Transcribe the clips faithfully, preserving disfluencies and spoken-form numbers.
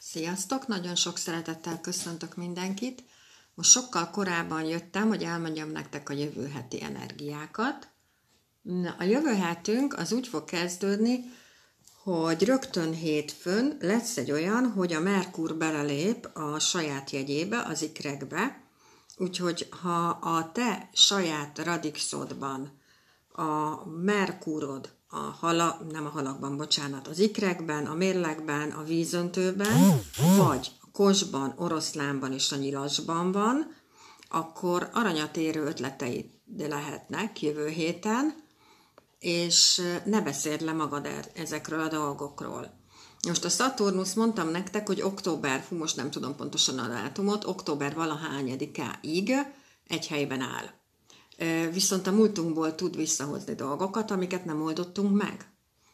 Sziasztok! Nagyon sok szeretettel köszöntök mindenkit. Most sokkal korábban jöttem, hogy elmondjam nektek a jövő heti energiákat. Na, a jövő hetünk az úgy fog kezdődni, hogy rögtön hétfőn lesz egy olyan, hogy a Merkur belelép a saját jegyébe, az ikrekbe. Úgyhogy ha a te saját radixodban a Merkurod a hala, nem a halakban, bocsánat, az ikrekben, a mérlegben, a vízöntőben, vagy a kosban, oroszlánban és a nyilasban van, akkor aranyat érő ötleteid lehetnek jövő héten, és ne beszéld le magad ezekről a dolgokról. Most a Szaturnusz, mondtam nektek, hogy október, fú, most nem tudom pontosan a dátumot, október valahányadikáig egy helyben áll. Viszont a múltunkból tud visszahozni dolgokat, amiket nem oldottunk meg.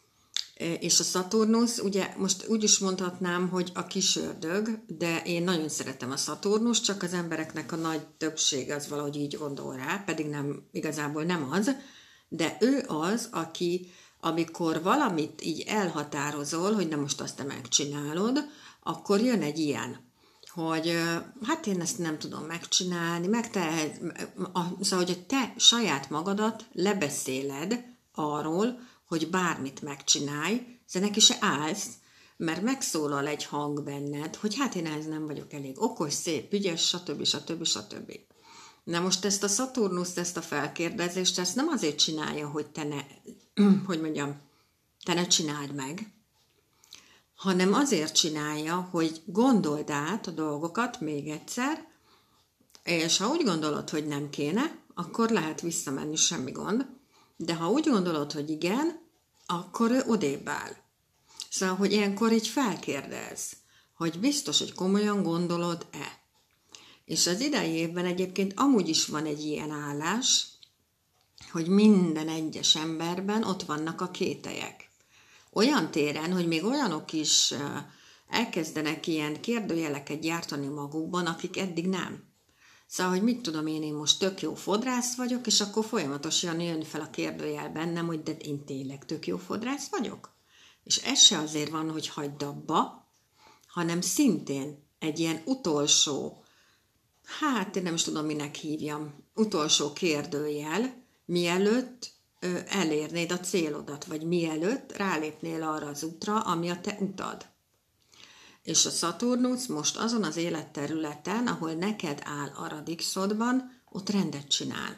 És a Szaturnusz, ugye most úgy is mondhatnám, hogy a kis ördög, de én nagyon szeretem a Szaturnus, csak az embereknek a nagy többsége az valahogy így gondol rá, pedig nem, igazából nem az, de ő az, aki, amikor valamit így elhatározol, hogy na most azt te megcsinálod, akkor jön egy ilyen, hogy hát én ezt nem tudom megcsinálni, meg te, szóval, hogy te saját magadat lebeszéled arról, hogy bármit megcsinálj, de neki se állsz, mert megszólal egy hang benned, hogy hát én ehhez nem vagyok elég okos, szép, ügyes, stb. stb. stb. Na most ezt a Szaturnuszt, ezt a felkérdezést, ezt nem azért csinálja, hogy te ne, hogy mondjam, te ne csináld meg, hanem azért csinálja, hogy gondold át a dolgokat még egyszer, és ha úgy gondolod, hogy nem kéne, akkor lehet visszamenni, semmi gond, de ha úgy gondolod, hogy igen, akkor ő odébb áll. Szóval, hogy ilyenkor így felkérdez, hogy biztos, hogy komolyan gondolod-e. És az idei évben egyébként amúgy is van egy ilyen állás, hogy minden egyes emberben ott vannak a kételyek. Olyan téren, hogy még olyanok is elkezdenek ilyen kérdőjeleket gyártani magukban, akik eddig nem. Szóval, hogy mit tudom én, én most tök jó fodrász vagyok, és akkor folyamatosan jön fel a kérdőjel bennem, hogy de én tényleg tök jó fodrász vagyok? És ez se azért van, hogy hagyd abba, hanem szintén egy ilyen utolsó, hát én nem is tudom, minek hívjam, utolsó kérdőjel, mielőtt ö, elérnéd a célodat, vagy mielőtt rálépnél arra az útra, ami a te utad. És a Szaturnusz most azon az életterületen, ahol neked áll a radixodban, ott rendet csinál.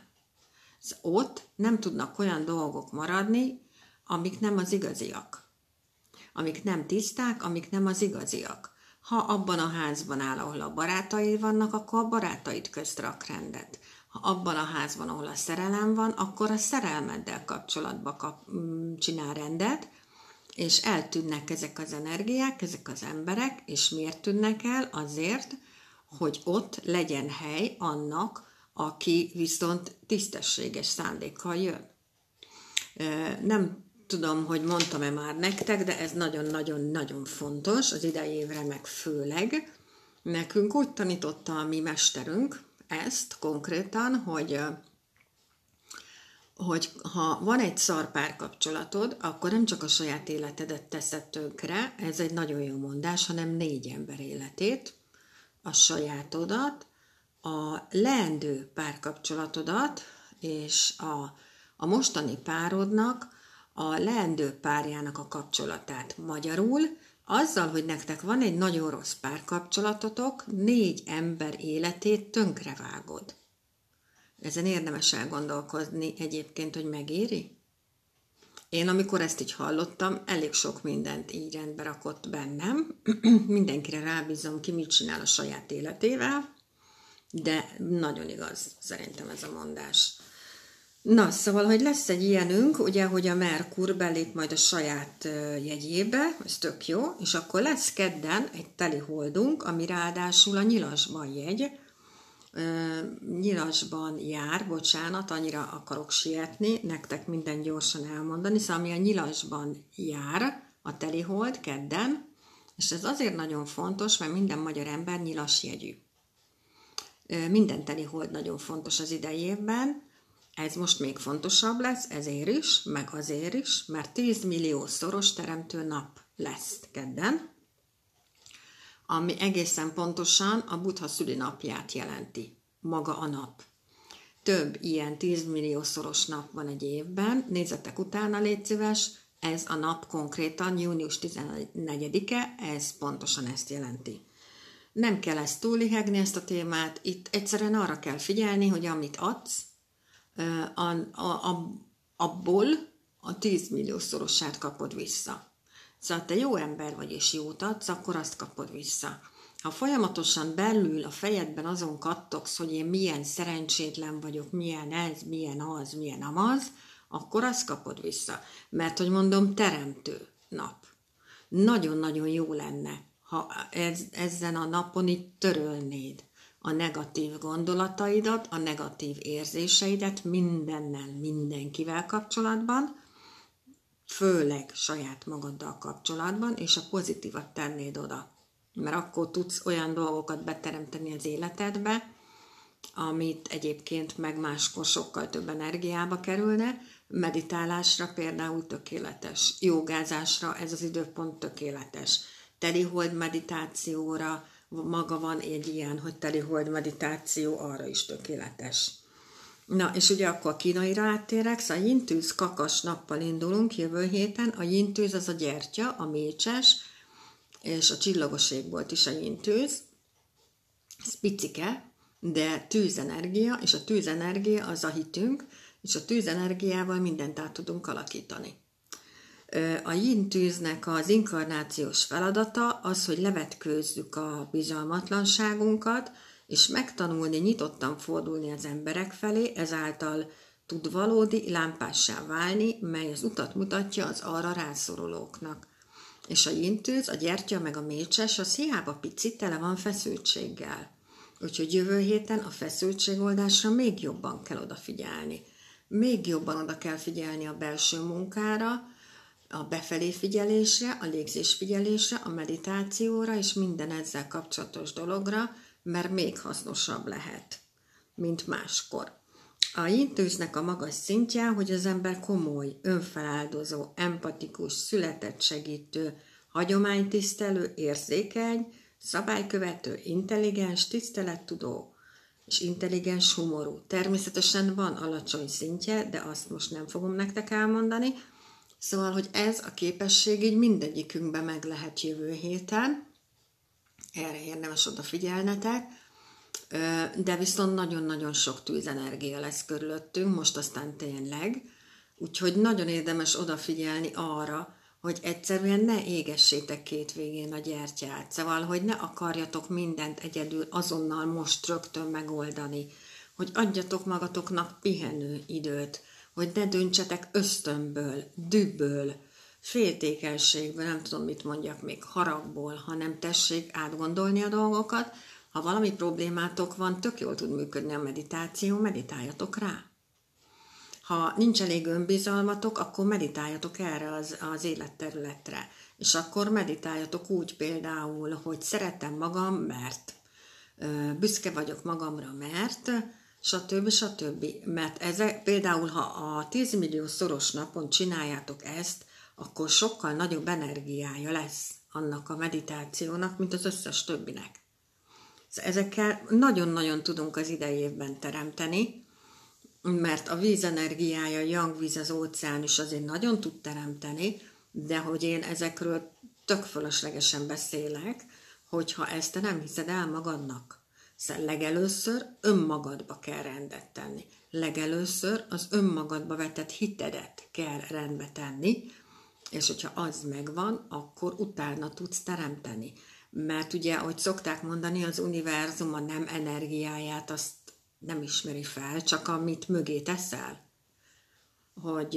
Ott nem tudnak olyan dolgok maradni, amik nem az igaziak. Amik nem tiszták, amik nem az igaziak. Ha abban a házban áll, ahol a barátaid vannak, akkor a barátaid közt rak rendet. Ha abban a házban, ahol a szerelem van, akkor a szerelmeddel kapcsolatban kap, csinál rendet, és eltűnnek ezek az energiák, ezek az emberek, és miért tűnnek el? Azért, hogy ott legyen hely annak, aki viszont tisztességes szándékkal jön. Nem tudom, hogy mondtam-e már nektek, de ez nagyon-nagyon-nagyon fontos, az idei évre meg főleg. Nekünk úgy tanította a mi mesterünk ezt konkrétan, hogy hogy ha van egy szar párkapcsolatod, akkor nem csak a saját életedet teszed tönkre, ez egy nagyon jó mondás, hanem négy ember életét, a sajátodat, a leendő párkapcsolatodat, és a, a mostani párodnak, a leendő párjának a kapcsolatát. Magyarul, azzal, hogy nektek van egy nagyon rossz párkapcsolatotok, négy ember életét tönkrevágod. Ezen érdemes elgondolkozni egyébként, hogy megéri? Én amikor ezt így hallottam, elég sok mindent így rendbe rakott bennem. Mindenkire rábízom, ki mit csinál a saját életével, de nagyon igaz szerintem ez a mondás. Na, szóval, hogy lesz egy ilyenünk, ugye, hogy a Merkur belép majd a saját jegyébe, ez tök jó, és akkor lesz kedden egy teli holdunk, ami ráadásul a nyilasban jegy, nyilasban jár, bocsánat, annyira akarok sietni, nektek minden gyorsan elmondani, szóval ami a nyilasban jár, a telihold kedden, és ez azért nagyon fontos, mert minden magyar ember nyilasjegyű. Minden telihold nagyon fontos az idei évben, ez most még fontosabb lesz, ezért is, meg azért is, mert tíz millió szoros teremtő nap lesz kedden, ami egészen pontosan a Buddha szülinapját jelenti, maga a nap. Több ilyen tízmilliószoros nap van egy évben, nézzetek utána, légy szíves, ez a nap konkrétan június tizennegyedike, ez pontosan ezt jelenti. Nem kell ezt túllihegni, ezt a témát, itt egyszerűen arra kell figyelni, hogy amit adsz, a, a, a, abból a tízmilliószorosát kapod vissza. Szóval te jó ember vagy és jót adsz, akkor azt kapod vissza. Ha folyamatosan belül a fejedben azon kattogsz, hogy én milyen szerencsétlen vagyok, milyen ez, milyen az, milyen amaz, akkor azt kapod vissza. Mert, hogy mondom, teremtő nap. Nagyon-nagyon jó lenne, ha ez, ezen a napon így törölnéd a negatív gondolataidat, a negatív érzéseidet mindennel, mindenkivel kapcsolatban, főleg saját magaddal kapcsolatban, és a pozitívat tennéd oda. Mert akkor tudsz olyan dolgokat beteremteni az életedbe, amit egyébként meg máskor sokkal több energiába kerülne. Meditálásra például tökéletes, jogázásra ez az időpont tökéletes. Telihold meditációra maga van egy ilyen, hogy telihold meditáció, arra is tökéletes. Na, és ugye akkor a kínaira áttérek, szóval a Yin-tűz kakas nappal indulunk jövő héten. A Yin-tűz az a gyertya, a mécses, és a csillagos égbolt is a Yin-tűz. Ez picike, de tűzenergia, és a tűzenergia az a hitünk, és a tűzenergiával mindent át tudunk alakítani. A Yin-tűznek az inkarnációs feladata az, hogy levetkőzzük a bizalmatlanságunkat, és megtanulni, nyitottan fordulni az emberek felé, ezáltal tud valódi lámpássá válni, mely az utat mutatja az arra rászorulóknak. És a Yin-tűz, a gyertya meg a mécses, az hiába pici, tele van feszültséggel. Úgyhogy jövő héten a feszültségoldásra még jobban kell odafigyelni. Még jobban oda kell figyelni a belső munkára, a befelé figyelésre, a légzésfigyelésre, a meditációra és minden ezzel kapcsolatos dologra, mert még hasznosabb lehet, mint máskor. A Yin-tűznek a magas szintje, hogy az ember komoly, önfeláldozó, empatikus, született segítő, hagyománytisztelő, érzékeny, szabálykövető, intelligens, tisztelettudó és intelligens humorú. Természetesen van alacsony szintje, de azt most nem fogom nektek elmondani. Szóval, hogy ez a képesség így mindegyikünkben meg lehet jövő héten. Erre érdemes odafigyelnetek. De viszont nagyon-nagyon sok tűzenergia lesz körülöttünk, most aztán tényleg. Úgyhogy nagyon érdemes odafigyelni arra, hogy egyszerűen ne égessétek két végén a gyertyát. Szóval, hogy ne akarjatok mindent egyedül azonnal most rögtön megoldani. Hogy adjatok magatoknak pihenő időt. Hogy ne döntsetek ösztönből, dühből, féltékenységből, nem tudom mit mondjak még, haragból, hanem tessék átgondolni a dolgokat. Ha valami problémátok van, tök jól tud működni a meditáció, meditáljatok rá. Ha nincs elég önbizalmatok, akkor meditáljatok erre az, az életterületre. És akkor meditáljatok úgy például, hogy szeretem magam, mert büszke vagyok magamra, mert stb. stb. Mert ezek, például, ha a tízmillió szoros napon csináljátok ezt, akkor sokkal nagyobb energiája lesz annak a meditációnak, mint az összes többinek. Ezekkel nagyon-nagyon tudunk az idei évben teremteni, mert a víz energiája, a yang víz, az óceán is azért nagyon tud teremteni, de hogy én ezekről tök fölöslegesen beszélek, hogyha ezt te nem hiszed el magadnak. Szóval legelőször önmagadba kell rendet tenni. Legelőször az önmagadba vetett hitedet kell rendbe tenni, és hogyha az megvan, akkor utána tudsz teremteni. Mert ugye, ahogy szokták mondani, az univerzum a nem energiáját azt nem ismeri fel, csak amit mögé teszel. Hogy,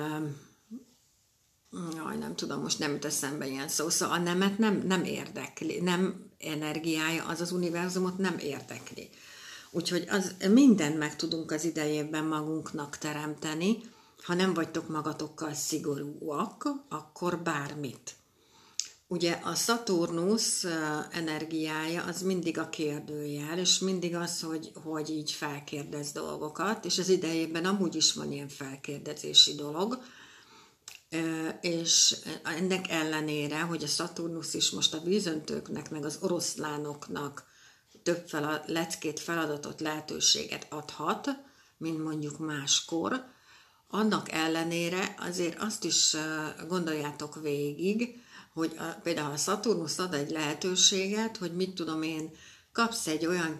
jaj, nem tudom, most nem jut eszembe ilyen szó, szóval a nemet nem, nem érdekli, nem energiája, az az univerzumot nem érdekli. Úgyhogy az, mindent meg tudunk az idejében magunknak teremteni, ha nem vagytok magatokkal szigorúak, akkor bármit. Ugye a Szaturnusz energiája az mindig a kérdőjel, és mindig az, hogy, hogy így felkérdez dolgokat, és az idejében amúgy is van ilyen felkérdezési dolog, és ennek ellenére, hogy a Szaturnusz is most a vízöntőknek, meg az oroszlánoknak több fel, leckét, feladatot, lehetőséget adhat, mint mondjuk máskor, annak ellenére azért azt is gondoljátok végig, hogy a, például a Szaturnusz ad egy lehetőséget, hogy mit tudom én, kapsz egy olyan,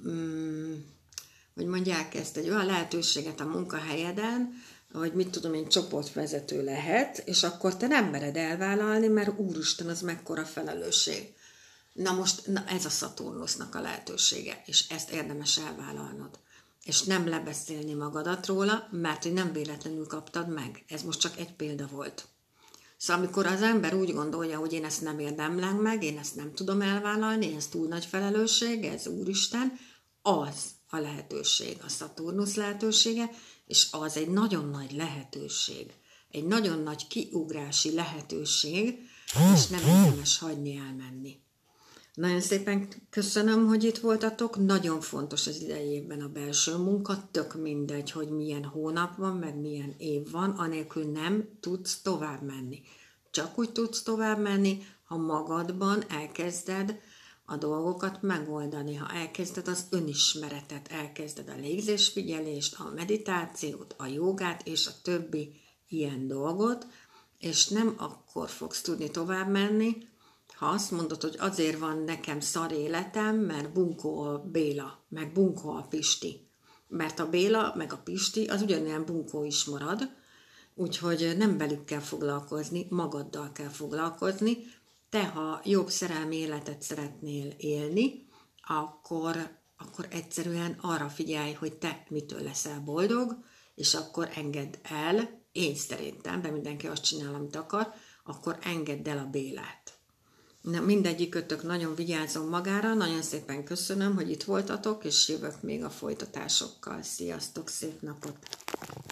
mm, hogy mondják ezt, egy olyan lehetőséget a munkahelyeden, hogy mit tudom én, csoportvezető lehet, és akkor te nem mered elvállalni, mert úristen, az mekkora felelősség. Na most na ez a Szaturnusznak a lehetősége, és ezt érdemes elvállalnod. És nem lebeszélni magadat róla, mert hogy nem véletlenül kaptad meg. Ez most csak egy példa volt. Szóval amikor az ember úgy gondolja, hogy én ezt nem érdemlem meg, én ezt nem tudom elvállalni, ez túl nagy felelősség, ez úristen, az a lehetőség, a Szaturnusz lehetősége, és az egy nagyon nagy lehetőség, egy nagyon nagy kiugrási lehetőség, és nem érdemes hagyni elmenni. Nagyon szépen köszönöm, hogy itt voltatok. Nagyon fontos az idei évben a belső munka, tök mindegy, hogy milyen hónap van, meg milyen év van, anélkül nem tudsz tovább menni. Csak úgy tudsz tovább menni, ha magadban elkezded a dolgokat megoldani, ha elkezded az önismeretet, elkezded a légzésfigyelést, a meditációt, a jogát és a többi ilyen dolgot, és nem akkor fogsz tudni tovább menni, ha azt mondod, hogy azért van nekem szar életem, mert bunkó a Béla, meg bunkó a Pisti. Mert a Béla, meg a Pisti, az ugyanilyen bunkó is marad, úgyhogy nem velük kell foglalkozni, magaddal kell foglalkozni. Te, ha jobb szerelmi életet szeretnél élni, akkor, akkor egyszerűen arra figyelj, hogy te mitől leszel boldog, és akkor engedd el, én szerintem, de mindenki azt csinál, amit akar, akkor engedd el a Bélát. Na, mindegyikötök nagyon vigyázzon magára, nagyon szépen köszönöm, hogy itt voltatok, és jövök még a folytatásokkal. Sziasztok, szép napot!